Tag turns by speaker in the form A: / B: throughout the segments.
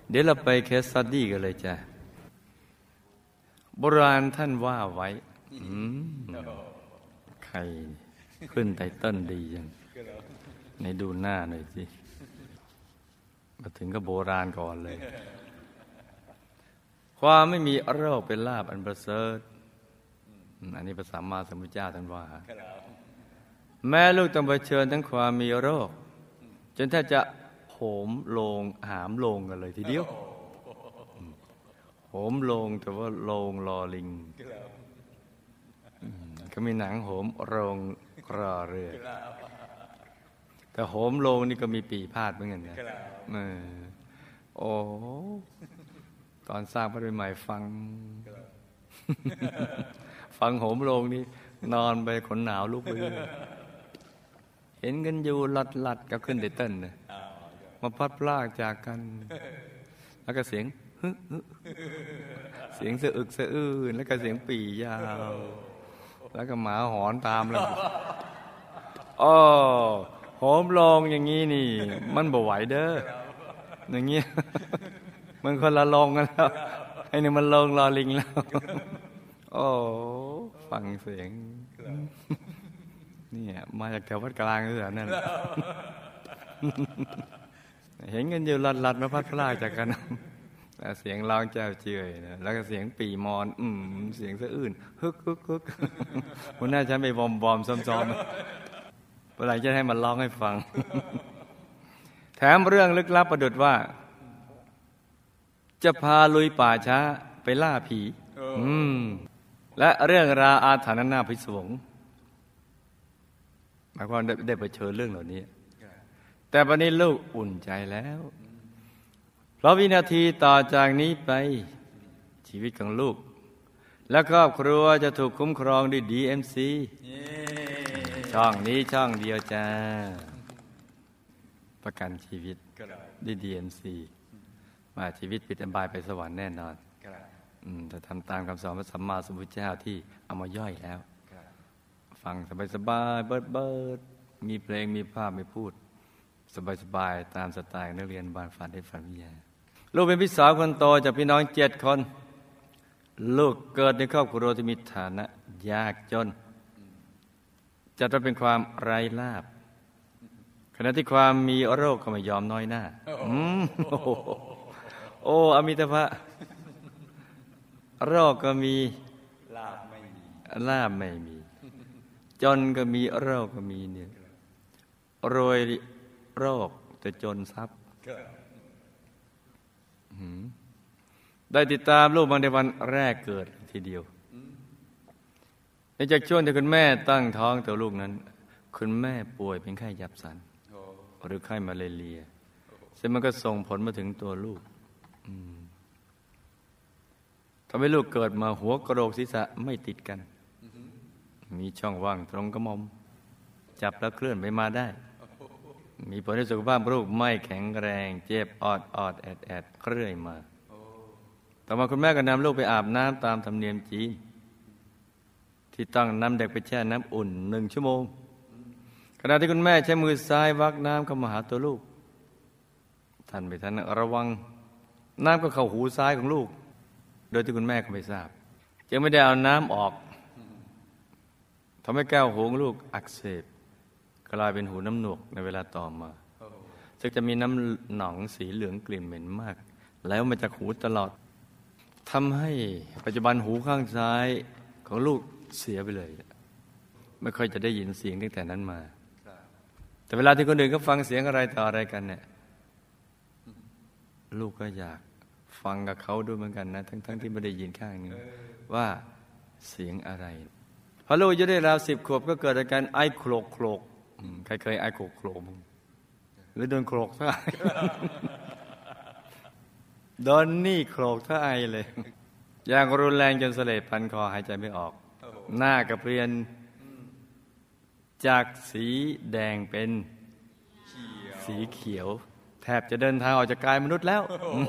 A: เดี๋ยวเราไปเคสสตัดดี้กันเลยจ้ะโบราณท่านว่าไว้ใครขึ้นไตเติ้ลดีจังในดูหน้าหน่อยสิมาถึงก็โบราณก่อนเลยความไม่มีโรคเป็นลาภอันประเสริฐอันนี้พระสัมมาสัมพุทธเจ้าท่านว่าแม่ลูกต้องเผชิญทั้งความมีโรคจนแทบจะโหมโลงหามโลงกันเลยทีเดียวโหมโลงแต่ว่าโลงลอลิงก็มีหนังโหมโรงรอเรือแต่โหมโลงนี่ก็มีปีพาดเหมือนกันนะโอ้ตอนสร้างพระใหม่ฟังโหมโลงนี่นอนไปขนหนาวลุกเลยเห็นกันอยู่หลัดกับขึ้นไตเติ้ลนะมาพัดพลากจากกันแล้วก็เสียงสะอึกสะอื้นแล้วก็เสียงปียาวแล้วก็หมาหอนตามเลยอ้อโหมโลงอย่างนี้นี่มันบ่ไหวเด้ออย่างเงี้ยมันคนละลงกันแล้วไอ้นี่มันลงรอลิงแล้วโอ้ฟังเสียงนี่มาจากแถววัดกลางเหรอนั่นเห็นกันอยู่หลัดมาพัดพลากจากกันเสียงร้องเจ้าเจือยนะแล้วก็เสียงปีมอนเสียงสะอื้นฮึกมันน่าจะไปบอมซ้อมเมื่อไหร่จะให้มันร้องให้ฟังแถมเรื่องลึกลับประดุจว่าจะพาลุยป่าช้าไปล่าผีและเรื่องราวอาถรรพ์น่าพิศวงหมายความได้ไปเชิญเรื่องเหล่านี้แต่วันนี้ลูกอุ่นใจแล้วเพราะวินาทีต่อจากนี้ไปชีวิตของลูกและครอบครัวจะถูกคุ้มครองด้วย DMC ช่องนี้ช่องเดียวจ้าประกันชีวิตด้วย DMC มาชีวิตปิดอบายไปสวรรค์แน่นอนจะทำตามคำสอนพระสัมมาสัมพุทธเจ้าที่เอามาย่อยแล้วฟังสบายๆเบิดมีเพลงมีภาพมีพูดสบายๆตามสไตล์นักเรียนบ้านฝันได้ฝันวิทยาลูกเป็นพี่สาวคนโตจากพี่น้อง7 คนลูกเกิดในครอบครัวที่มีฐานะยากจนจัดว่าเป็นความไร้ลาภขณะที่ความมีโรคก็ไม่ยอมน้อยหน้าโอ้อมิตภะโรคก็มีลาภไม่มีจนก็มีโรคก็มีเนี่ยรวยโรคแต่จนทรัพย์ได้ติดตามลูกมาในวันแรกเกิดทีเดียวในจากช่วงที่คุณแม่ตั้งท้องตัวลูกนั้นคุณแม่ป่วยเป็นไข้ยับสันหรือไข้มาเลเรียซึ่งมันก็ส่งผลมาถึงตัวลูกทำให้ลูกเกิดมาหัวกระโหลกศีรษะไม่ติดกันมีช่องว่างตรงกระหม่อมจับแล้วเคลื่อนไปมาได้มีผลในสุขภาพลูกไม่แข็งแรงเจ็บออดแอดเรื่อยมาต่อมาคุณแม่ก็นำลูกไปอาบน้ำตามธรรมเนียมจีนที่ต้องนำเด็กไปแช่น้ำอุ่น1 ชั่วโมงขณะที่คุณแม่ใช้มือซ้ายวักน้ำเข้ามาหาตัวลูกท่านไม่ทันระวังน้ำก็เข้าหูซ้ายของลูกโดยที่คุณแม่ก็ไม่ทราบจึงไม่ได้เอาน้ำออกทำให้แก้วหูของลูกอักเสบกลายเป็นหูน้ำหนวกในเวลาต่อมาซึ่งจะมีน้ำหนองสีเหลืองกลิ่นเหม็นมากแล้วมาจากหูตลอดทำให้ปัจจุบันหูข้างซ้ายของลูกเสียไปเลยไม่ค่อยจะได้ยินเสียงตั้งแต่นั้นมาแต่เวลาที่คนอื่นก็ฟังเสียงอะไรต่ออะไรกันเนี่ยลูกก็อยากฟังกับเขาด้วยเหมือนกันนะทั้งที่ไม่ได้ยินข้างนึงว่าเสียงอะไรพอลูกอายุได้ราว10 ขวบก็เกิดอาการไอโคลกใครเคยไอโคลกหรือโดนโคลกท่าโดนนี่โคลกท่าไอเลยอย่างรุนแรงจนเสลดพันคอหายใจไม่ออกหน้ากระเปลี่ยนจากสีแดงเป็นสีเขียวแทบจะเดินทางออกจากกายมนุษย์แล้ว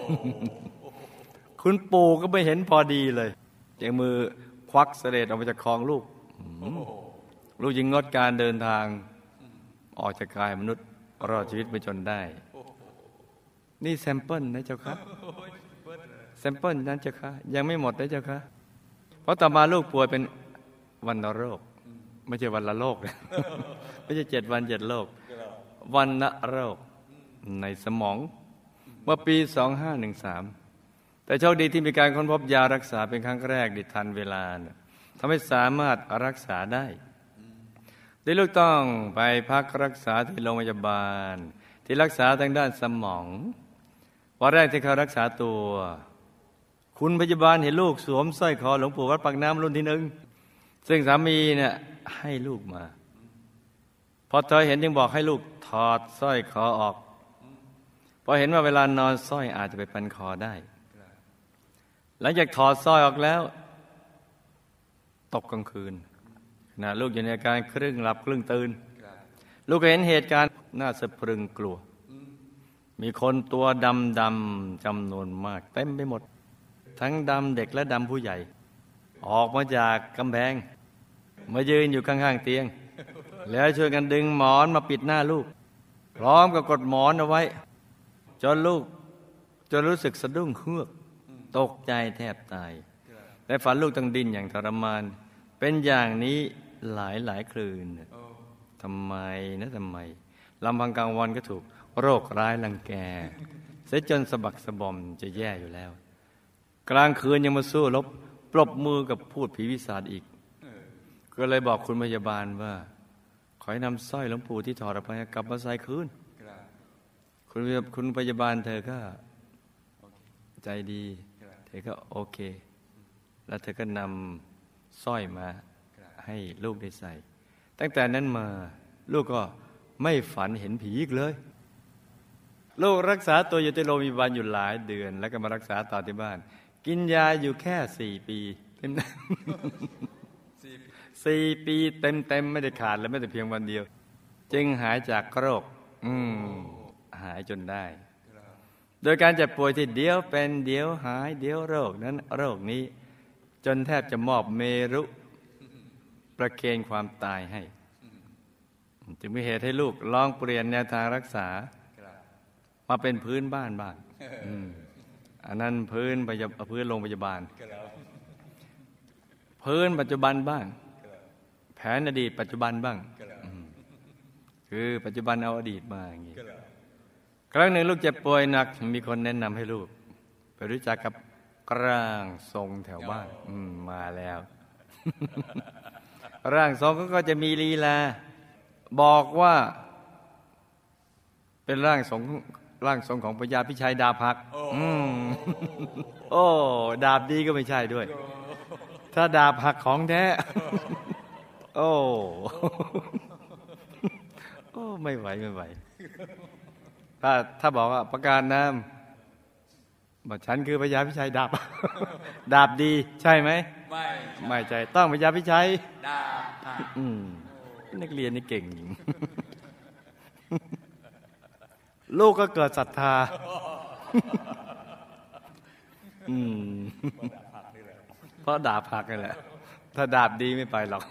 A: คุณปู่ก็ไม่เห็นพอดีเลยจากมือควักเสลดออกมาจากคอลูกจึงงดการเดินทางออกจากกายมนุษย์รอดชีวิตไปจนได้นี่แซมเปิลนะเจ้าค่ะแซมเปิลนั้นเจ้าค่ะยังไม่หมดนะเจ้าค่ะเพราะต่อมาลูกป่วยเป็นวัณโรคไม่ใช่วันละโรคนะไม่ใช่7 วัน7 โรควัณโรคในสมองเมื่อปี 2513แต่โชคดีที่มีการค้นพบยารักษาเป็นครั้งแรกดิทันเวลาทำให้สามารถรักษาได้ที่ลูกต้องไปพักรักษาที่โรงพยาบาลที่รักษาทางด้านสมองวันแรกที่เขารักษาตัวคุณพยาบาลเห็นลูกสวมสร้อยคอหลวงปู่วัดปากน้ำรุ่นที่1ซึ่งสามีเนี่ยให้ลูกมาพอเธอเห็นจึงบอกให้ลูกถอดสร้อยคอออกเพราะเห็นว่าเวลานอนสร้อยอาจจะไปพันคอได้หลังจากถอดสร้อยออกแล้วตกกลางคืนนะลูกอยู่ในอาการครึ่งหลับครึ่งตื่นลูกก็เห็นเหตุการณ์น่าสะพรึงกลัวมีคนตัวดำจำนวนมากเต็มไปหมดทั้งดำเด็กและดำผู้ใหญ่ออกมาจากกำแพงมายืนอยู่ข้างๆเตียงแล้วช่วยกันดึงหมอนมาปิดหน้าลูกพร้อมกับกดหมอนเอาไว้จนรู้สึกสะดุ้งเฮือกตกใจแทบตายและฝันลูกต้องดิ้นอย่างทรมานเป็นอย่างนี้หลายคืนทำไมลำพังกลางวันก็ถูกโรคร้ายรังแกเสียจนสะบักสะบอมจะแย่อยู่แล้วกลางคืนยังมาสู้รบปรบมือกับพูดผีวิสาจอีกก็เลยบอกคุณพยาบาลว่าขอให้นำสร้อยหลวงปู่ที่ถอดออกไปกลับมาใส่คืนคุณพยาบาลเธอก็ใจดีเธอก็โอเคแล้วเธอก็นำสร้อยมาให้ลูกได้ใส่ตั้งแต่นั้นมาลูกก็ไม่ฝันเห็นผีอีกเลยลูกรักษาตัวอยู่ที่โรงพยาบาลอยู่หลายเดือนแล้วก็มารักษาต่อที่บ้านกินยาอยู่แค่4 ปีเต็ม4 ปีเต็มไม่ได้ขาดและไม่แต่เพียงวันเดียวจึงหายจากโรคหายจนได้โดยการเจ็บป่วยที่เดี๋ยวเป็นเดี๋ยวหายเดี๋ยวโรคนั้นโรคนี้จนแทบจะมอบเมรุประเคนความตายให้จึงมีเหตุให้ลูกลองเปลี่ยนแนวทางรักษามาเป็นพื้นบ้านบ้างอันนั้นพื้นโรงพยาบาลพื้นปัจจุบันบ้างแผนอดีตปัจจุบันบ้างคือปัจจุบันเอาอดีตมาอย่างนี้ครั้งหนึ่งลูกเจ็บป่วยหนักมีคนแนะนำให้ลูกไปรู้จักกับร่างทรงแถวบ้านมาแล้ว ร่างทรงก็จะมีลีลาบอกว่าเป็นร่างทรงของพญาพิชัยดาบหักโอ้ดาบดีก็ไม่ใช่ด้วยถ้าดาบหักของแท้โอ้ไม่ไหวถ้าบอกว่าประกาศนามบอกฉันคือพญาพิชัยดาบดีใช่ไหมไม่ใช่ต้องพญาพิชัยดาบหักนักเรียนนี่เก่งจริงลูกก็เกิดศรัทธาเพราะดาบหักนี่แหละถ้าดาบดีไม่ไปหรอก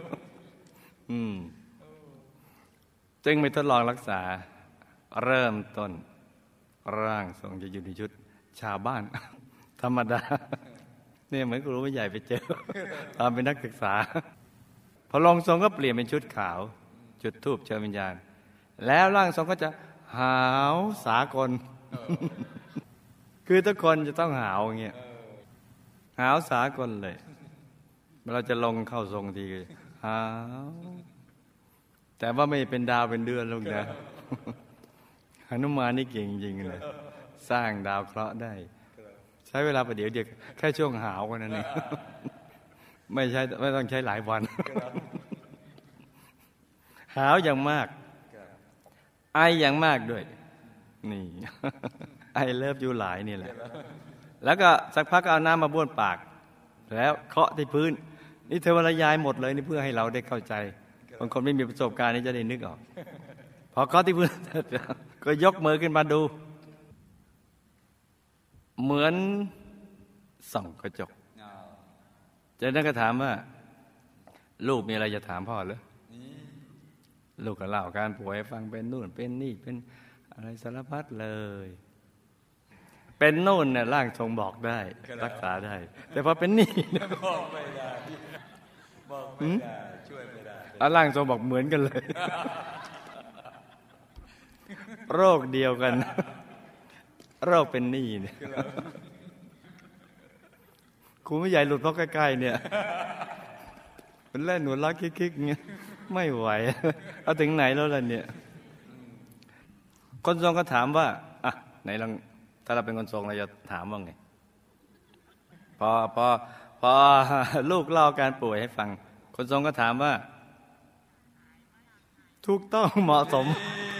A: จึงไม่ทดลองรักษาเริ่มต้นร่างทรงจะอยู่ในชุดชาวบ้านธรรมดาเนี่ยเหมือนครูผู้ใหญ่ไปเจอตอนเป็นนักศึกษาพอลงทรงก็เปลี่ยนเป็นชุดขาวจุดธูปเชิญวิญญาณแล้วร่างทรงก็จะหาวสากลคือทุกคนจะต้องหาวอย่างเงี้ยหาวสากลเลยเราจะลงเข้าทรงทีหาวแต่ว่าไม่เป็นดาวเป็นเดือนลูกนะหนุมานนี่เก่งจริงเลยสร้างดาวเคราะห์ได้ใช้เวลาประเดี๋ยวแค่ช่วงหาวกันนั่นเองไม่ต้องใช้หลายวันหาวอย่างมากไออย่างมากด้วยนี่ไอเลิฟอยู่หลายนี่แหละแล้วก็สักพักก็เอาน้ำมาบ้วนปากแล้วเคาะที่พื้นนี่เทวรายายหมดเลยนี่เพื่อให้เราได้เข้าใจบางคนไม่มีประสบการณ์นี่จะได้นึกออกพอเคาะที่พื้นก็ยกมือขึ้นมาดูเหมือนส่องกระจกจากนั้นก็ถามว่าลูกมีอะไรจะถามพ่อหรือลูกก็เล่าการป่วยฟังเป็นนู่นเป็นนี่เป็นอะไรสารพัดเลยเป็นโน่นเนี่ยร่างทรงบอกได้รักษาได้แต่พอเป็นนี่
B: บอกไม่ได้บอกไม่ได้ช่วยไม่ได้
A: ร่างทรงบอกเหมือนกันเลยโรคเดียวกันโรคเป็นหนี้เนี่ยครูไม่ใหญ่หลุดเพราะใกล้ๆเนี่ยเป็นเล่นหนูรักคิกๆเงี้ยไม่ไหวเอาถึงไหนแล้วล่ะเนี่ยคนทรงก็ถามว่าอ่ะไหนลองถ้าเราเป็นคนทรงเราจะถามว่าไงพอลูกเล่าการป่วยให้ฟังคนทรงก็ถามว่าถูกต้องเหมาะสม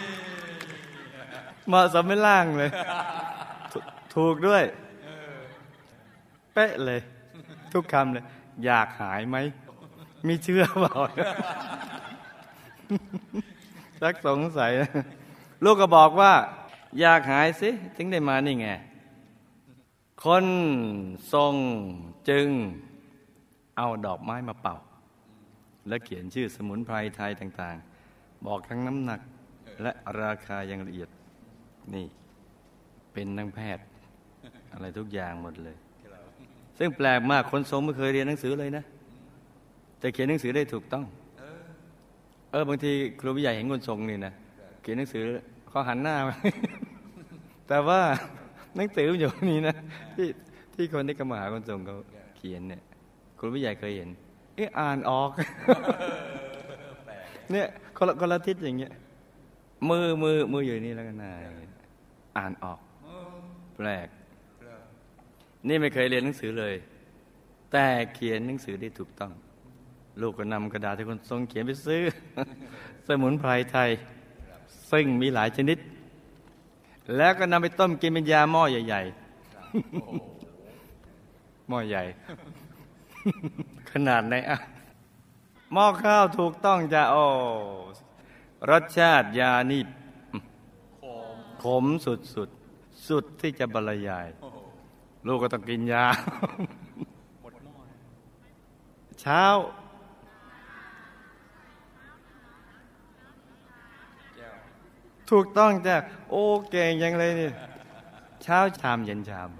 A: ไม่ล่างเลยถูกด้วยเป๊ะเลยทุกคำเลยอยากหายไหมมีเชื่อเปล่าชักสงสัยลูกก็บอกว่าอยากหายสิถึงได้มานี่ไงคนทรงจึงเอาดอกไม้มาเป่าแล้วเขียนชื่อสมุนไพรไทยต่างๆบอกทั้งน้ำหนักและราคาอย่างละเอียดนี่เป็นนักแพทย์อะไรทุกอย่างหมดเลยซึ่งแปลกมากคนทรงไม่เคยเรียนหนังสือเลยนะแต่เขียนหนังสือได้ถูกต้องบางทีครูผู้ใหญ่เห็นคนทรงนี่นะเขียนหนังสือเขาหันหน้ามาแต่ว่าหนังสืออยู่นี่นะที่คนที่กำมาหาคนทรงเขาเขียนเนี่ยครูผู้ใหญ่เคยเห็นอ่านออกเนี่ยคนละทิศอย่างเงี้ยมืออยู่นี่แล้วกันนะอ่านออกแปลกนี่ไม่เคยเรียนหนังสือเลยแต่เขียนหนังสือได้ถูกต้องลูกก็นำกระดาษที่คนทรงเขียนไปซื้อสมุนไพรไทยซึ่งมีหลายชนิดแล้วก็นำไปต้มกินเป็นยาหม้อใหญ่ๆหม้อใหญ่ขนาดไหนอ่ะหม้อข้าวถูกต้องจะรสชาติยานี่ขมสุดที่จะบรรยายลูกก็ต้องกินยาเช้าถูกต้องจ้ะโอ้เก่งยังเลยนี่เช้าชามเย็นชาม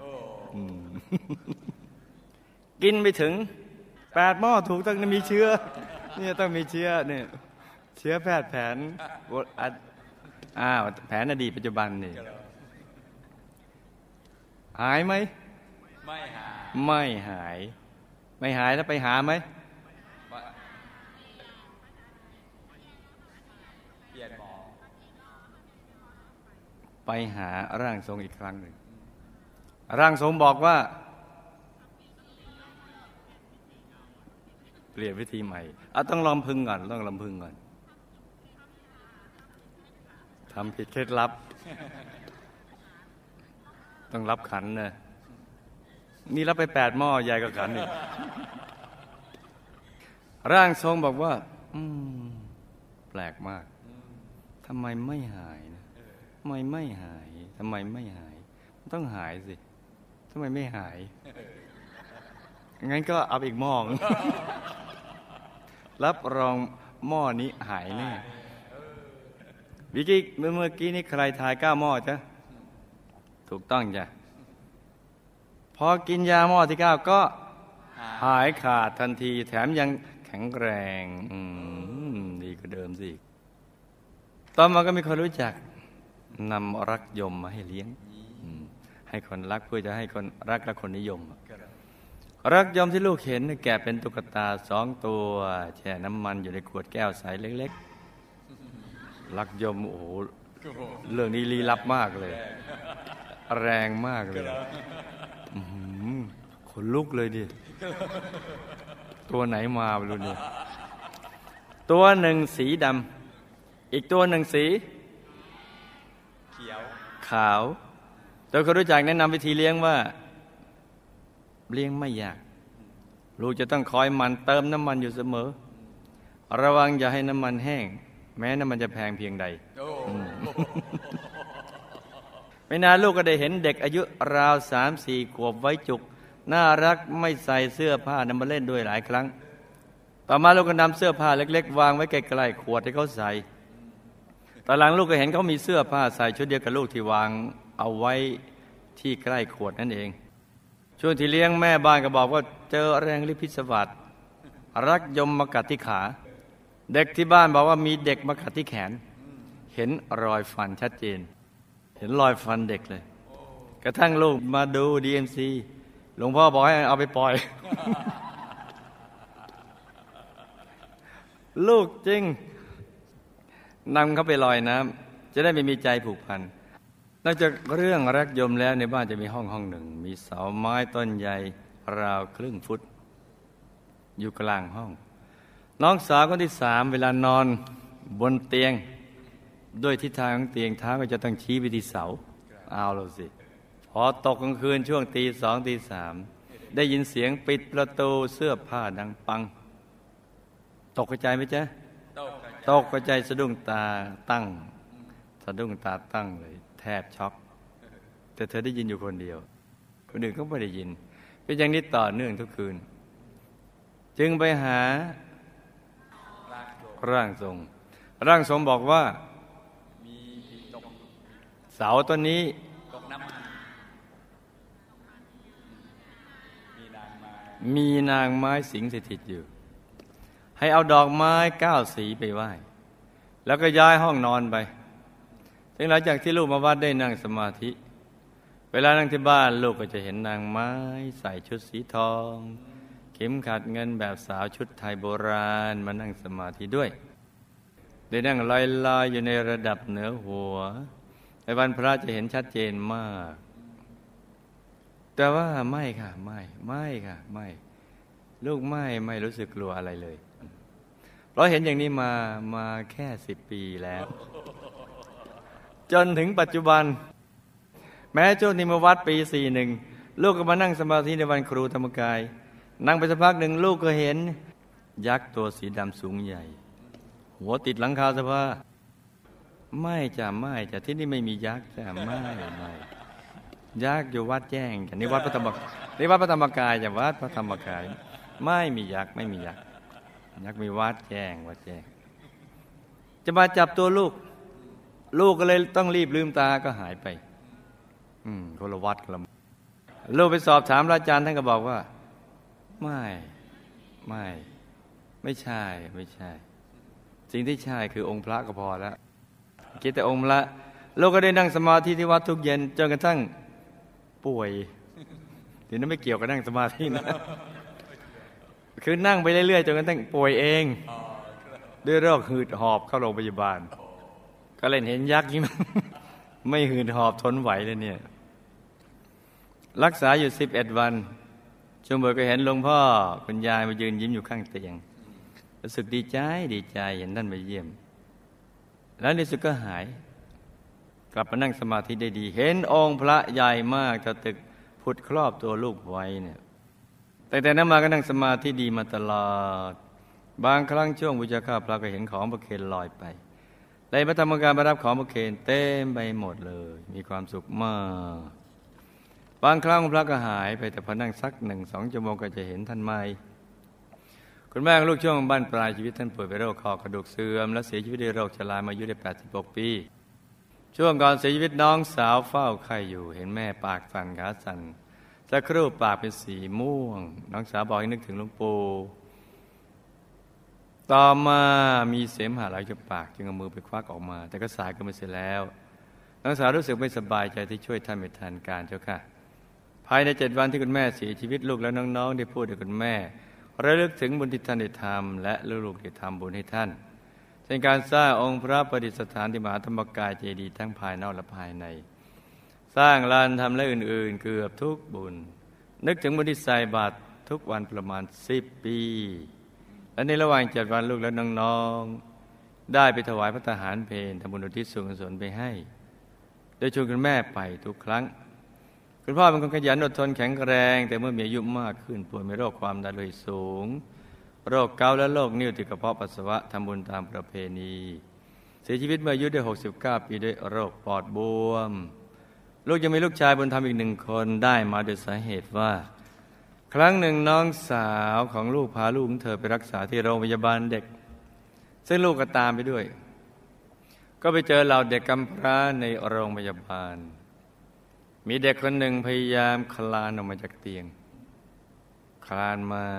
A: กินไปถึง8 หม้อถูกต้องมีเชื้อเนี่ยต้องมีเชื้อเนี่ยเชื้อแพทย์แผนแผนอดีตปัจจุบันนี่หายไหม
B: ไม่หาย
A: ไม่หายแล้วไปหาไหม
B: เปลี่ยนหมอ
A: ไปหาร่างทรงอีกครั้งหนึ่งร่างทรงบอกว่าเปลี่ยนวิธีใหม่ต้องลำพึงก่อนทำผิดเคล็ดลับต้องรับขันนะนี่รับไป8 หม้อใหญ่กว่าขันนี่ร่างทรงบอกว่าแปลกมากทำไมไม่หายนะทำไมไม่หายมันต้องหายสิทำไมไม่หายงั้นก็เอาอีกหม้อรับรองหม้อนี้หายแน่เมื่อกี้นี่ใครทาย9 หม้อจ๊ะถูกต้องจ้ะพอกินยาหม้อที่9ก็หายขาดทันทีแถมยังแข็งแรงดีกว่าเดิมสิต่อมาก็มีคนรู้จักนำรักยมมาให้เลี้ยงให้คนรักเพื่อจะให้คนรักและคนนิยมรักยมที่ลูกเห็นแกะเป็นตุ๊กตา2 ตัวแช่น้ำมันอยู่ในขวดแก้วใสเล็กๆรักยมโอ้โหเรื่องนี้ลี้ลับมากเลยแรงมากเลยขนลุกเลยดิตัวไหนมาไม่รู้เนี่ยตัวหนึ่งสีดำอีกตัวหนึ่งสีขาวโดยคนรู้จักแนะนำวิธีเลี้ยงว่าเลี้ยงไม่ยากลูกจะต้องคอยหมั่นเติมน้ำมันอยู่เสมอระวังอย่าให้น้ำมันแห้งแม้น้ำมันจะแพงเพียงใดไม่นานลูกก็ได้เห็นเด็กอายุราว 3-4 ขวบไว้จุกน่ารักไม่ใส่เสื้อผ้านำมาเล่นด้วยหลายครั้งต่อมาลูกก็นำเสื้อผ้าเล็กๆวางไว้ใกล้ๆขวดให้เขาใส่ตอนหลังลูกก็เห็นเขามีเสื้อผ้าใส่ชุดเดียวกับลูกที่วางเอาไว้ที่ใกล้ขวดนั่นเองช่วงที่เลี้ยงแม่บ้านก็บอกว่าเจอแรงลิพิศวาสรักยมมากัดที่ขาเด็กที่บ้านบอกว่ามีเด็กมากัดที่แขนเห็นรอยฟันชัดเจนเห็นรอยฟันเด็กเลยกระทั่งลูกมาดู DMC หลวงพ่อบอกให้เอาไปปล่อย ลูกจริงนำเขาไปลอยน้ำจะได้ไม่มีใจผูกพันนอกจากเรื่องรักยมแล้วในบ้านจะมีห้องหนึ่งมีเสาไม้ต้นใหญ่ราวครึ่งฟุตอยู่กลางห้องน้องสาวคนที่3เวลานอนบนเตียงด้วยทิศทางของเตียงเท้าก็จะต้องชี้ไปที่เสาเอาแล้วสิพอตกกลางคืนช่วงตี 2 ตี 3ได้ยินเสียงปิดประตูเสื้อผ้าดังปังตกกระจายไหมจ๊ะตกกระจายสะดุ้งตาตั้งเลยแทบช็อกแต่เธอได้ยินอยู่คนเดียวคนอื่นก็ไม่ได้ยินเป็นอย่างนี้ต่อเนื่องทุกคืนจึงไปหาร่างทรงบอกว่าเสาต้นนี้มีนางไม้สิงสถิตอยู่ให้เอาดอกไม้9 สีไปไหว้แล้วก็ย้ายห้องนอนไปถึงหลังจากที่ลูกมาวัดได้นั่งสมาธิเวลานั่งที่บ้านลูกก็จะเห็นนางไม้ใส่ชุดสีทองเข็มขัดเงินแบบสาวชุดไทยโบราณมานั่งสมาธิด้วยได้นั่งลอยๆอยู่ในระดับเหนือหัวในวันพระจะเห็นชัดเจนมากแต่ว่าไม่ค่ะไม่ลูกไม่รู้สึกกลัวอะไรเลยเพราะเห็นอย่างนี้มาแค่10 ปีแล้วจนถึงปัจจุบันแม้ช่วงที่มาวัดปี 41ลูกก็มานั่งสมาธิในวันครูธรรมกายนั่งไปสักพักหนึ่งลูกก็เห็นยักษ์ตัวสีดำสูงใหญ่หัวติดหลังคาสภาไม่จ้ะที่นี่ไม่มียักษ์จ้ะไม่ยักษ์อยู่วัดแจ้งจ้ะนี่วัดพระธรรมกายจ้ะวัดพระธรรมกายไม่มียักษ์ยักษ์มีวัดแจ้งจะมาจับตัวลูกก็เลยต้องรีบลืมตาก็หายไปคนละวัดกันละลูกไปสอบถามพระอาจารย์ท่านก็บอกว่าไม่ใช่สิ่งที่ใช่คือองค์พระก็พอแล้วคิดแต่องค์ละลูกก็ได้นั่งสมาธิที่วัดทุกเย็นจนกระทั่งป่วยทีนั้นไม่เกี่ยวกับนั่งสมาธินะคือนั่งไปเรื่อยๆจนกระทั่งป่วยเองด้วยโรคหืดหอบเข้าโรงพยาบาลก็เล่นเห็นยักษ์ยิ่งไม่หืดหอบทนไหวเลยเนี่ยรักษาอยู่11 วันช่วงบ่ายก็เห็นหลวงพ่อคุณยายมายืนยิ้มอยู่ข้างเตียงรู้สึกดีใจเห็นท่านมาเยี่ยมแล้วในสุดก็หายกลับมานั่งสมาธิได้ดีเห็นองค์พระใหญ่มากตะตึกผุดครอบตัวลูกไว้เนี่ยแต่นั้นมาก็นั่งสมาธิดีมาตลอดบางครั้งช่วงบูชาข้าพระก็เห็นของประเคนลอยไปในพระธรรมกายมารับของประเคนเต็มไปหมดเลยมีความสุขมากบางครั้งพระก็หายไปแต่พอนั่งสัก 1-2 ชั่วโมงก็จะเห็นท่านใหม่คุณแม่ลูกช่วงบ้านปลายชีวิตท่านป่วยเป็นโรคคอกระดูกเสื่อมและเสียชีวิตด้วยโรคชรามาอายุได้86 ปีช่วงก่อนเสียชีวิตน้องสาวเฝ้าไข้อยู่เห็นแม่ปากสั่นขาสั่นสักครู่ปากเป็นสีม่วงน้องสาวบอกให้นึกถึงหลวงปู่ต่อมามีเสมหะไหลจากปากจึงเอามือไปควักออกมาแต่ก็สายเกินไปเสียแล้วน้องสาวรู้สึกไม่สบายใจที่ช่วยท่านไม่ทันการเจ้าค่ะภายใน7 วันที่คุณแม่เสียชีวิตลูกและน้องๆได้พูดกับคุณแม่ระลึกถึงบุญที่ท่านได้ทำและลูกๆได้ทำบุญให้ท่านเป็นการสร้างองค์พระประดิษฐานที่มหาธรรมกายเจดีย์ทั้งภายนอกและภายในสร้างลานธรรมและอื่นๆเกือบทุกบุญนึกถึงบุญที่ใส่บาตรทุกวันประมาณ10 ปีและในระหว่าง7 วันลูกและน้องๆได้ไปถวายพระทหารเพลทำบุญอุทิศส่วนกุศลไปให้โดยชวนคุณแม่ไปทุกครั้งคุณพ่อเป็นคนขยันอดทนแข็งแรงแต่เมื่อมีอายุมากขึ้นป่วยมีโรคความดันโลหิตสูงโรคเกาต์และโรคนิ่วติดกระเพาะปัสสาวะทำบุญตามประเพณีเสียชีวิตเมื่ออายุได้69 ปีด้วยโรคปอดบวมลูกยังมีลูกชายบุญธรรมอีก1 คนได้มาโดยสาเหตุว่าครั้งหนึ่งน้องสาวของลูกพาลูกของเธอไปรักษาที่โรงพยาบาลเด็กซึ่งลูกก็ตามไปด้วยก็ไปเจอเหล่าเด็กกำพร้าในโรงพยาบาลมีเด็กคนหนึ่งพยายามคลานออกมาจากเตียงคลานมา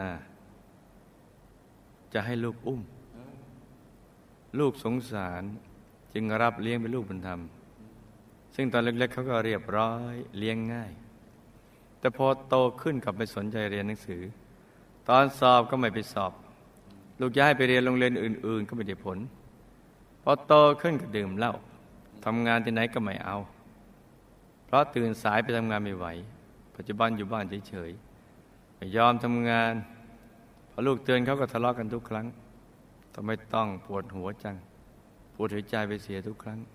A: จะให้ลูกอุ้มลูกสงสารจึงรับเลี้ยงเป็นลูกบุญธรรมซึ่งตอนเล็กๆเขาก็เรียบร้อยเลี้ยงง่ายแต่พอโตขึ้นกลับไปสนใจเรียนหนังสือตอนสอบก็ไม่ไปสอบลูกย้ายไปเรียนโรงเรียนอื่นๆก็ไม่ได้ผลพอโตขึ้นก็ดื่มเหล้าทำงานที่ไหนก็ไม่เอาเพราะตื่นสายไปทำงานไม่ไหวปัจจุบันอยู่บ้านเฉยๆไม่ยอมทำงานพอลูกเตือนเขาก็ทะเลาะกันทุกครั้งทำไมต้องปวดหัวจังปวดหัวใจไปเสียทุกครั้ง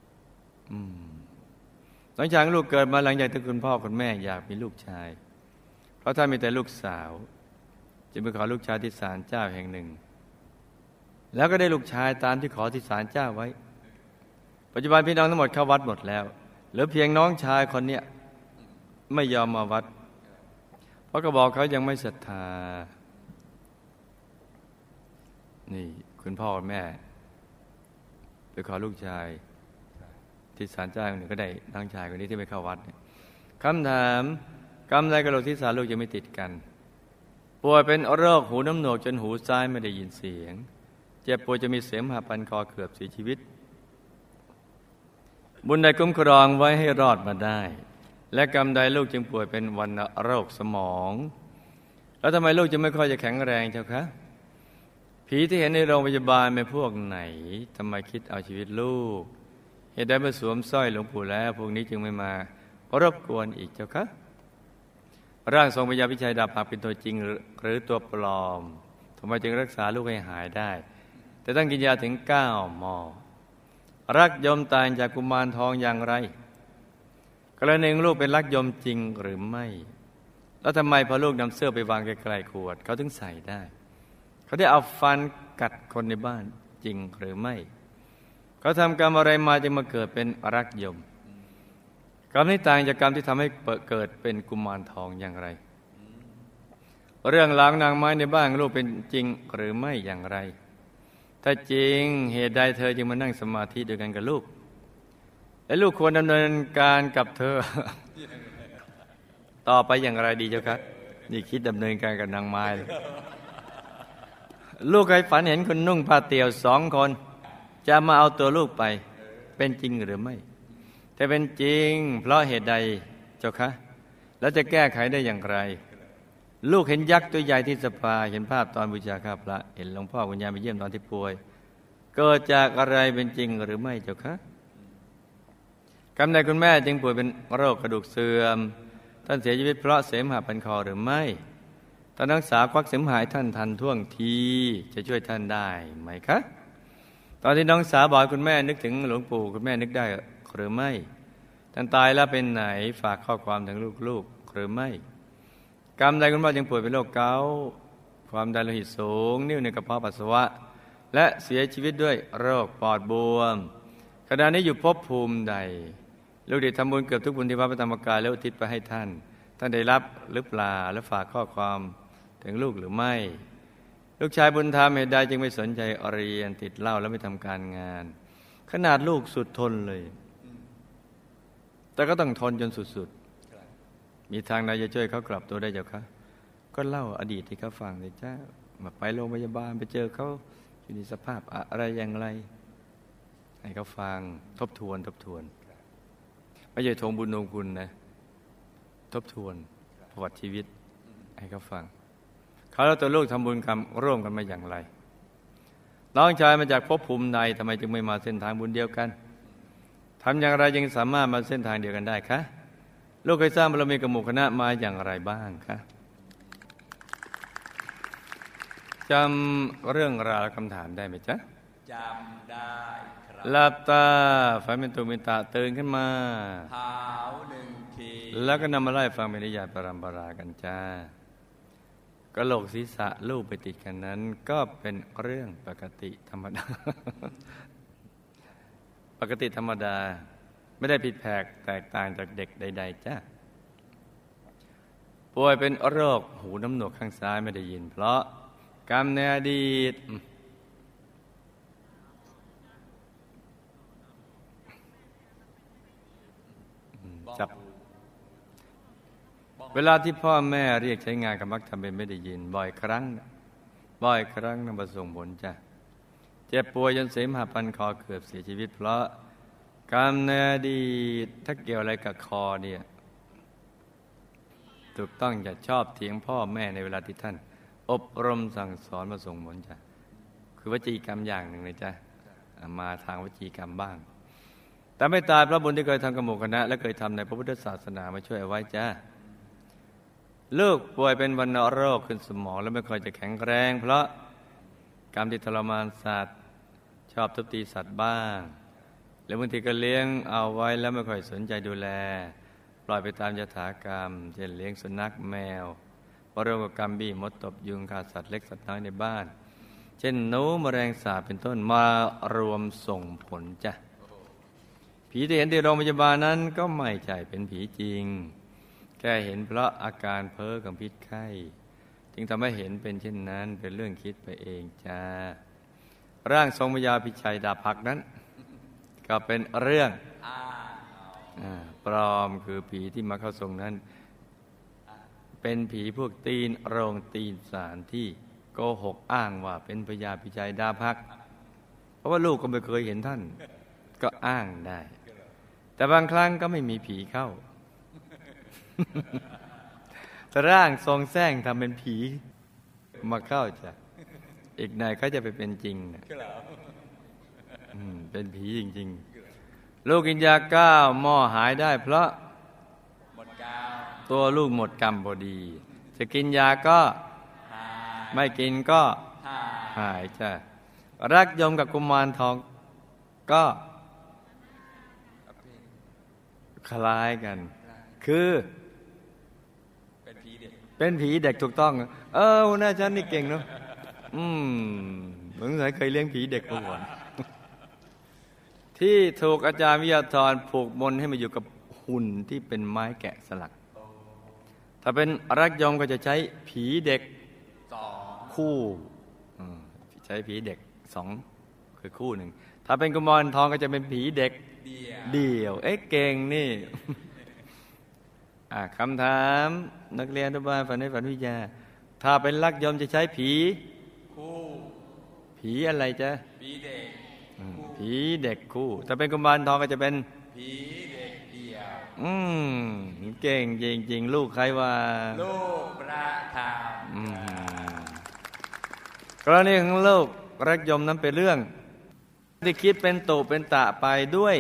A: หลังจากลูกเกิดมาหลังจากที่คุณพ่อคุณแม่อยากมีลูกชายเพราะถ้ามีแต่ลูกสาวจึงไปขอลูกชายที่ศาลเจ้าแห่งหนึ่งแล้วก็ได้ลูกชายตามที่ขอที่ศาลเจ้าไว้ปัจจุบันพี่น้องทั้งหมดเข้าวัดหมดแล้วเหลือเพียงน้องชายคนเนี้ยไม่ยอมมาวัดเพราะก็บอกเขายังไม่ศรัทธานี่คุณพ่อคุณแม่ไปขอลูกชายที่ศาลเจ้าหนึ่งก็ได้น้องชายคนนี้ที่ไม่เข้าวัดคำถามกรรมใดกระโหลกที่สาลูกจะไม่ติดกันป่วยเป็นโรคหูน้ำหนวกจนหูซ้ายไม่ได้ยินเสียงเจ็บป่วยจะมีเสมหะปันคอเกือบเสียชีวิตบุญใดคุ้มครองไว้ให้รอดมาได้และกรรมใดลูกจึงป่วยเป็นวัณโรคสมองแล้วทำไมลูกจะไม่ค่อยจะแข็งแรงเจ้าคะผีที่เห็นในโรงพยาบาลเป็นพวกไหนทำไมคิดเอาชีวิตลูกเหตุใดเมื่อสวมสร้อยหลวงปู่แล้วพวกนี้จึงไม่มารบกวนอีกเจ้าคะร่างทรงพญาพิชัยดาบหักเป็นตัวจริงหรือตัวปลอมทำไมจึงรักษาลูกให้หายได้แต่ต้องกินยาถึง9 หม้อรักยมตายจากกุมารทองอย่างไรกรณีหนึ่งลูกเป็นรักยมจริงหรือไม่แล้วทำไมพอลูกนำเสื้อไปวางใกล้ๆขวดเขาถึงใส่ได้เขาได้เอาฟันกัดคนในบ้านจริงหรือไม่เขาทำกรรมอะไรมาจึงมาเกิดเป็นรักยมกรรมนี้ต่างจากกรรมที่ทำให้เกิดเป็นกุมารทองอย่างไรเรื่องล้างนางไม้ในบ้านลูกเป็นจริงหรือไม่อย่างไรถ้าจริงเหตุใดเธอจึงมานั่งสมาธิด้วยกันกับลูกและลูกควรดำเนินการกับเธอ ต่อไปอย่างไรดีเจ้าคะนี่คิดดำเนินการกับนางไม้เลยลูกเคยฝันเห็นคนนุ่งผ้าเตี่ยว2 คนจะมาเอาตัวลูกไปเป็นจริงหรือไม่ถ้าเป็นจริงเพราะเหตุใดเจ้าคะแล้วจะแก้ไขได้อย่างไรลูกเห็นยักษ์ตัวใหญ่ที่สภาเห็นภาพตอนบูชาข้าพระเห็นหลวงพ่อคุณยายไปเยี่ยมตอนที่ป่วยเกิดจากอะไรเป็นจริงหรือไม่เจ้าคะกรรมใดคุณแม่จึงป่วยเป็นโรคกระดูกเสื่อมท่านเสียชีวิตเพราะเสมหะปันคอหรือไม่ท่านรักษาควักเสมหะให้ท่านทันท่วงทีจะช่วยท่านได้ไหมคะตอนที่น้องสาวบอกคุณแม่นึกถึงหลวงปู่คุณแม่นึกได้หรือไม่ท่านตายแล้วเป็นไหนฝากข้อความถึงลูกๆหรือไม่กรรมใดคุณพ่อจึงป่วยเป็นโรคเกาต์ความดันโลหิตสูงนิ่วในกระเพาะปัสสาวะและเสียชีวิตด้วยโรคปอดบวมขณะนี้อยู่ภพภูมิใดลูกได้ทำบุญเกือบทุกบุญที่วัดพระธรรมกายแล้วอุทิศไปให้ท่านได้รับหรือเปล่าและฝากข้อความถึงลูกหรือไม่ลูกชายบุญธรรมเหตุใดจึงไม่สนใจเรียนติดเหล้าและไม่ทำการงานขนาดลูกสุดทนเลยแต่ก็ต้องทนจนสุดๆมีทางใดจะช่วยเขากลับตัวได้เจ้าคะก็เล่าอดีตที่เขาฟังเลยจ้ามาไปโรงพยาบาลไปเจอเขาอยู่ในสภาพอะไรอย่างไรให้เขาฟังทบทวนไม่ใช่ทวงบุญทวงคุณนะทบทวนประวัติชีวิตให้เขาฟังเขาแล้วตัวลูกทำบุญกรรมร่วมกันมาอย่างไรน้องชายมาจากภพภูมิใดทำไมจึงไม่มาเส้นทางบุญเดียวกันทำอย่างไรจึงสามารถมาเส้นทางเดียวกันได้คะลูกเคยสร้างบารมีกับหมู่คณะมาอย่างไรบ้างคะจำเรื่องราวและคำถามได้ไหมจ๊ะ
B: จำได้ครับ
A: หลับตาฝันเป็นตุเป็นตะตื่นขึ้นมา
B: เท้า1 ที
A: แล้วก็นำมาไล่ฟังเป็นนิยายปรำปรากันจ้ากระโหลกศีรษะลูกไปติดกันนั้นก็เป็นเรื่องปกติธรรมดา ปกติธรรมดาไม่ได้ผิดแผกแตกต่างจากเด็กใดๆจ้าป่วยเป็นโรคหูน้ำหนวกข้างซ้ายไม่ได้ยินเพราะกรรมในอดีตจับเวลาที่พ่อแม่เรียกใช้งานก็มักทำเป็นไม่ได้ยินบ่อยครั้งนำมาส่งผลจ้ะเจ็บป่วยจนเสมหะพันคอเกือบเสียชีวิตเพราะกรรมในอดีตถ้าเกี่ยวอะไรกับคอเนี่ยถูกต้องอย่าชอบเถียงพ่อแม่ในเวลาที่ท่านอบรมสั่งสอนมาส่งผลจ้ะคือวจีกรรมอย่างหนึ่งเลยจ้ะมาทางวจีกรรมบ้างแต่ไม่ตายเพราะบุญที่เคยทำกับหมู่คณะและเคยทำในพระพุทธศาสนามาช่วยเอาไว้จ้ะลูกป่วยเป็นวัณโรคขึ้นสมองและไม่ค่อยจะแข็งแรงเพราะกรรมที่ทรมานสัตว์ชอบทุบตีสัตว์บ้างแล้วบางทีก็เลี้ยงเอาไว้แล้วไม่ค่อยสนใจดูแลปล่อยไปตามยถากรรมเช่นเลี้ยงสุนัขแมววโรคกรรมบี้มดตบยุงฆ่าสัตว์เล็กสัตว์น้อยในบ้านเช่นหนูแมลงสาบเป็นต้นมารวมส่งผลจ้ะผีที่เห็นที่โรงพยาบาลนั้นก็ไม่ใช่เป็นผีจริงแค่เห็นเพราะอาการเพ้อกับพิษไข้จึงทำให้เห็นเป็นเช่นนั้นเป็นเรื่องคิดไปเองจ้าร่างทรงพญาพิชัยดาบหักนั้นก็เป็นเรื่องปลอมคือผีที่มาเข้าทรงนั้นเป็นผีพวกตีนโรงตีนสารที่โกหกอ้างว่าเป็นพญาพิชัยดาบหักเพราะว่าลูกก็ไม่เคยเห็นท่านก็อ้างได้แต่บางครั้งก็ไม่มีผีเข้าแต่ร่างทรงแซงทำเป็นผีมาเข้าจ้ะอีกหน่อยก็จะไปเป็นจริงนะเป็นผีจริงๆลูกกินยา9 หม้อหายได้เพราะตัวลูกหมดกรรมพอดีจะกินยาก็ไม่กินก็หายจ้ะรักยมกับกุมารทองก็คล้ายกันคือเป็นผีเด็กถูกต้องหัวหน้าฉันนี่เก่งเนาะเหมือนเคยเลี้ยงผีเด็กมาก่อนที่ถูกอาจารย์วิทยาธรผูกมนให้มาอยู่กับหุ่นที่เป็นไม้แกะสลักถ้าเป็นรักยมก็จะใช้ผีเด็กคู่ใช้ผีเด็ก2คือคู่หนึ่งถ้าเป็นกุมารทองก็จะเป็นผีเด็กเดี่ยวเก่งนี่คำถามนักเรียนทุกบ้านฝันในฝันวิทยาถ้าเป็นรักยมจะใช้ผีคู่ผีอะไรจ๊ะผีเด็กคู่ถ้าเป็นกุมารทองก็จะเป็นผีเด็กเดี่ยวเก่งจริงๆลูกใครว่าลูกพระธรรมกรณีของลูกรักยมนั้นเป็นเรื่องที่คิดเป็นตุเป็นตะไปด้วย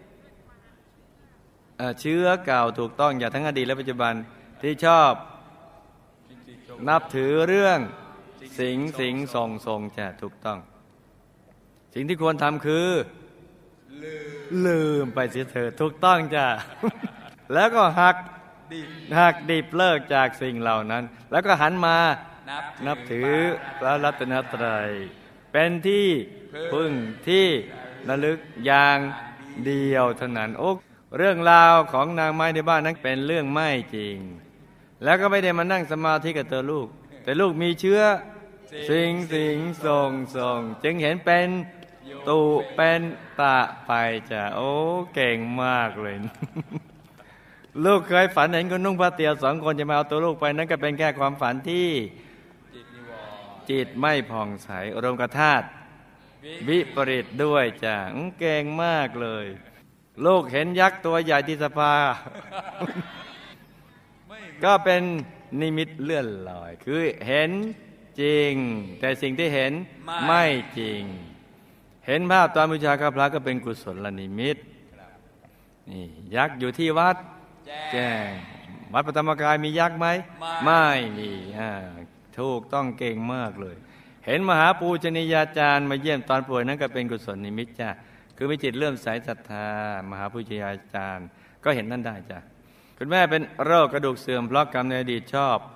A: เชื้อเก่าถูกต้องอย่าทั้งอดีตและปัจจุบันที่ชอบนับถือเรื่องสิงทรงจะถูกต้องสิ่งที่ควรทำคือลืมไปเสียเถิดถูกต้องจ้ะแล้วก็หักดิบเลิกจากสิ่งเหล่านั้นแล้วก็หันมานับถือพระรัตนตรัยเป็นที่พึ่งที่ระลึกอย่างเดียวเท่านั้นเรื่องราวของนางไม้ในบ้านนั้นเป็นเรื่องไม่จริงแล้วก็ไม่ได้มานั่งสมาธิกับตัวลูกแต่ลูกมีเชื้อสิงทรงจึงเห็นเป็นตุเป็นตะไปจ้ะเก่งมากเลย ลูกเคยฝันเห็นคนนุ่งผ้าเตียว2 คนจะมาเอาตัวลูกไปนั่นก็เป็นแค่ความฝันที่จิตไม่ผ่องใสอารมณ์กระธาตุวิปริตด้วยจ้ะเก่งมากเลยลูกเห็นยักษ์ตัวใหญ่ที่สภา ก็เป็นนิมิตเลื่อนลอยคือเห็นจริงแต่สิ่งที่เห็นไม่จริงเห็นภาพตอนบูชาข้าพระก็เป็นกุศลนิมิตนี่ยักษ์อยู่ที่วัดแจ้งวัดพระธรรมกายมียักษ์ไหมไม่มีถูกต้องเก่งมากเลยเห็นมหาปูชนียาจารย์มาเยี่ยมตอนป่วยนั้นก็เป็นกุศลนิมิตจ้ะคือมีจิตเลื่อมใสศรัทธามหาปูชนียาจารย์ก็เห็นนั่นได้จ้ะคุณแม่เป็นโรคกระดูกเสื่อมเพราะกรรมในอดีตชอบ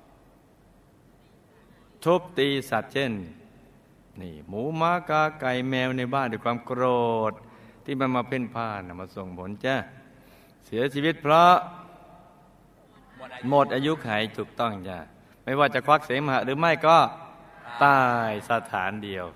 A: ทุบตีสัตว์เช่นนี่หมูม้ากาไก่แมวในบ้านด้วยความโกรธที่มันมาเพ่นพ่านมาส่งผลจ้ะเสียชีวิตเพราะหมดอายุขัยถูกต้องจ้ะไม่ว่าจะควักเสมหะหรือไม่ก็ตายสถานเดียว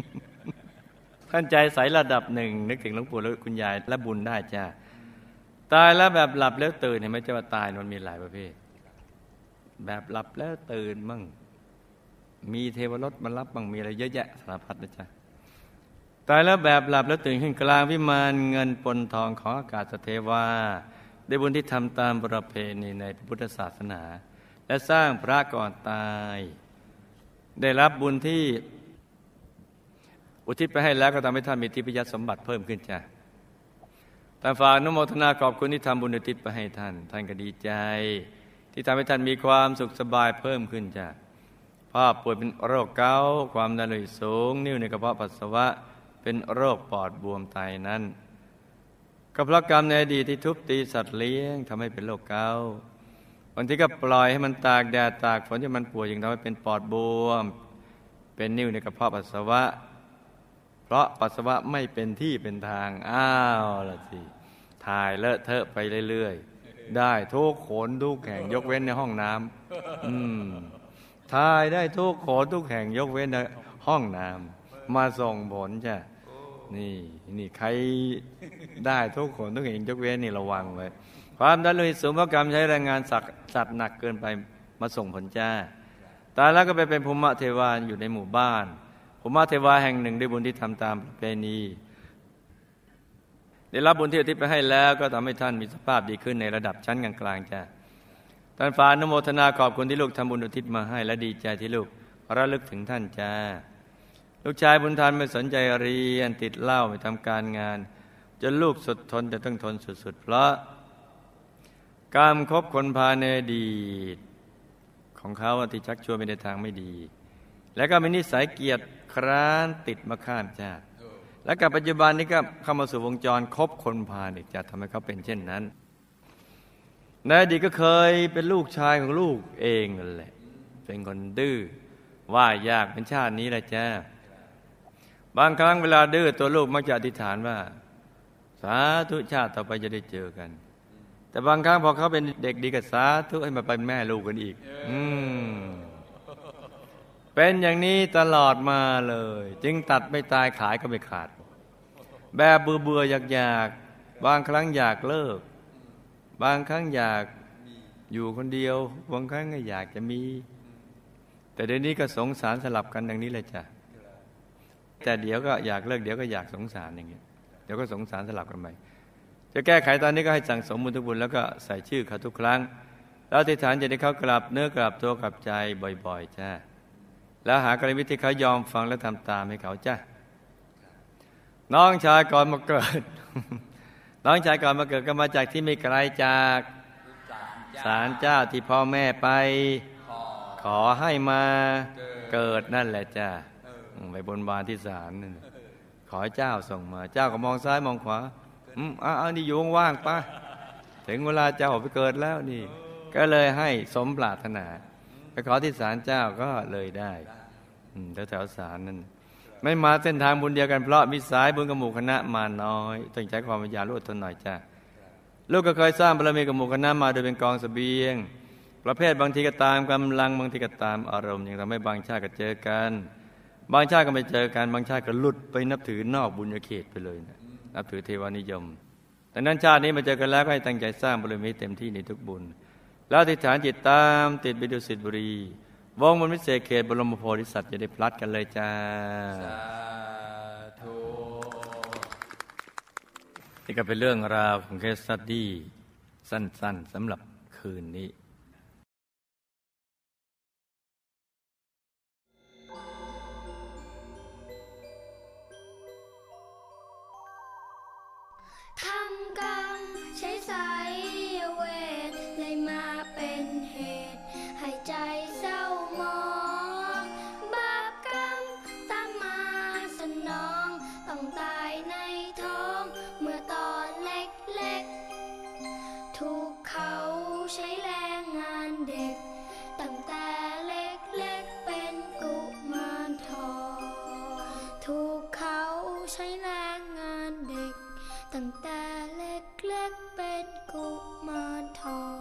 A: ท่านใจใสระดับหนึ่งนึกถึงหลวงปู่และคุณยายและบุญได้จ้ะตายแล้วแบบหลับแล้วตื่นเนี่ยไม่ใช่ว่าตายมันมีหลายประเภทแบบหลับแล้วตื่นมั่งมีเทวรสมารับมั่งมีอะไรเยอะแยะสารพัดนะจ๊ะตายแล้วแบบหลับแล้วตื่นขึ้นกลางวิมานเงินปนทองของอากาศเทวาได้บุญที่ทำตามประเพณีในพระพุทธศาสนาและสร้างพระก่อนตายได้รับบุญที่อุทิศไปให้แล้วก็ทำให้ท่านมีทิพยสมบัติเพิ่มขึ้นจ้ะแต่ฝากอนุโมทนาขอบคุณที่ทำบุญอุทิศไปให้ท่านก็ดีใจที่ทำให้ท่านมีความสุขสบายเพิ่มขึ้นจ้ะพ่อป่วยเป็นโรคเกาต์ความดันโลหิตสูงนิ่วในกระเพาะปัสสาวะเป็นโรคปอดบวมไตนั้นก็เพราะกรรมในอดีตที่ทุบตีสัตว์เลี้ยงทำให้เป็นโรคเกาต์บางทีก็ปล่อยให้มันตากแดดตากฝนจนมันป่วยจึงทำให้เป็นปอดบวมเป็นนิ่วในกระเพาะปัสสาวะเพราะปัสสาวะไม่เป็นที่เป็นทางอ้าวล่ะสิถ่ายเลอะเทอะไปเรื่อยๆได้ทุกโขนทุกแห่งยกเว้นในห้องน้ำถ่ายได้ทุกโขนทุกแห่งยกเว้นในห้องน้ำมาส่งผลจ้ะนี่ใครได้ทุกโขนทุกแห่งยกเว้นนี่ระวังไว้ความดันโลหิตสูงเพราะกรรมใช้แรงงานสัตว์หนักเกินไปมาส่งผลจ้าตายแล้วก็ไปเป็นภูมิเทวาอยู่ในหมู่บ้านภูมิเทวาแห่งหนึ่งได้บุญที่ทำตามประเพณีได้รับบุญที่อุทิศไปให้แล้วก็ทำให้ท่านมีสภาพดีขึ้นในระดับชั้นกลางๆจ้าท่านฝากอนุโมทนาขอบคุณที่ลูกทำบุญอุทิศมาให้และดีใจที่ลูกระลึกถึงท่านจ้าลูกชายบุญทันไม่สนใจเรียนติดเหล้าไม่ทำการงานจนลูกสุดทนแต่ต้องทนสุดๆเพราะกรรมคบคนพาลในอดีตของเขาที่ชักชวนไปในทางไม่ดีแล้วก็มีนิสัยเกียจคร้านติดมาข้ามชาติและกับปัจจุบันนี้ก็เข้ามาสู่วงจรคบคนพาลอีกจะทำให้เขาเป็นเช่นนั้นในอดีตก็เคยเป็นลูกชายของลูกเองนั่นแหละเป็นคนดื้อว่ายากเป็นชาตินี้แหละจ้าบางครั้งเวลาดื้อตัวลูกมักจะอธิษฐานว่าสาธุชาติต่อไปจะได้เจอกันแต่บางครั้งพอเขาเป็นเด็กดีก็สาธุให้มาเป็นแม่ลูกกันอีกเป็นอย่างนี้ตลอดมาเลยจึงตัดไม่ตายขายก็ไม่ขาดแบบเบื่ออยากบางครั้งอยากเลิกบางครั้งอยากอยู่คนเดียวบางครั้งก็อยากจะมีแต่เดี๋ยวนี้ก็สงสารสลับกันอย่างนี้เลยจ้ะแต่เดี๋ยวก็อยากเลิกเดี๋ยวก็อยากสงสารอย่างเงี้ยเดี๋ยวก็สงสารสลับกันไปจะแก้ไขตอนนี้ก็ให้สั่งสมบุญทุกบุญแล้วก็ใส่ชื่อเขาทุกครั้งแล้วอธิษฐานจะได้เขากลับเนื้อกลับตัวกลับใจบ่อยๆจ้ะแล้วหากรณีวิธีเขายอมฟังและทำตามให้เขาจ้ะน้องชายก่อนมาเกิด น้องชายก่อนมาเกิดก็มาจากที่ไม่ไกลจากศาลเจ้าที่พ่อแม่ไปขอให้มาเกิดนั่นแหละจ้ะไปบนบานที่ศาลนั่นขอเจ้าส่งมาเจ้าก็มองซ้ายมองขวาเอานี่อยู่ว่างๆป่ะถึงเวลาเจ้าออกไปเกิดแล้วนี่ก็เลยให้สมปรารถนาไปขอที่ศาลเจ้าก็เลยได้แถวศาลนั่นไม่มาเส้นทางบุญเดียวกันเพราะมีสายบุญกับหมู่คณะมาน้อยต้องใช้ความพยายามอดทนหน่อยจ้ะลูกก็เคยสร้างบารมีกับหมู่คณะมาโดยเป็นกองเสบียงประเภทบางทีก็ตามกำลังบางทีก็ตามอารมณ์อย่างทำให้บางชาติก็เจอกันบางชาติก็ไม่เจอกันบางชาติก็หลุดไปนับถือนอกบุญญาเขตไปเลยนะนับถือเทวานิยมดังนั้นชาตินี้มาเจอกันแล้วก็ให้ตั้งใจสร้างบารมีเต็มที่ในทุกบุญแล้วอธิษฐานจิตตามติดไปดุสิตบุรีวงบนวิเศษเขตบรมโพธิสัตว์จะได้พลัดกันเลยจ้าสาธุนี่ก็เป็นเรื่องราวของเคสสตัดดี้สั้นๆสำหรับคืนนี้
C: ทำกรรมใช้สายเวทเลยมาเป็นเหตุให้ใจเศร้าหมองบาปกรรมตามมาสนองต้องตายในท้องเมื่อตอนเล็กๆถูกเขาใช้แรงงานเด็กตั้งแต่เล็กๆเป็นกุมารทองถูกเขาใช้แรงงานเด็กตั้งแต่เล็กๆเป็นกุมารทอง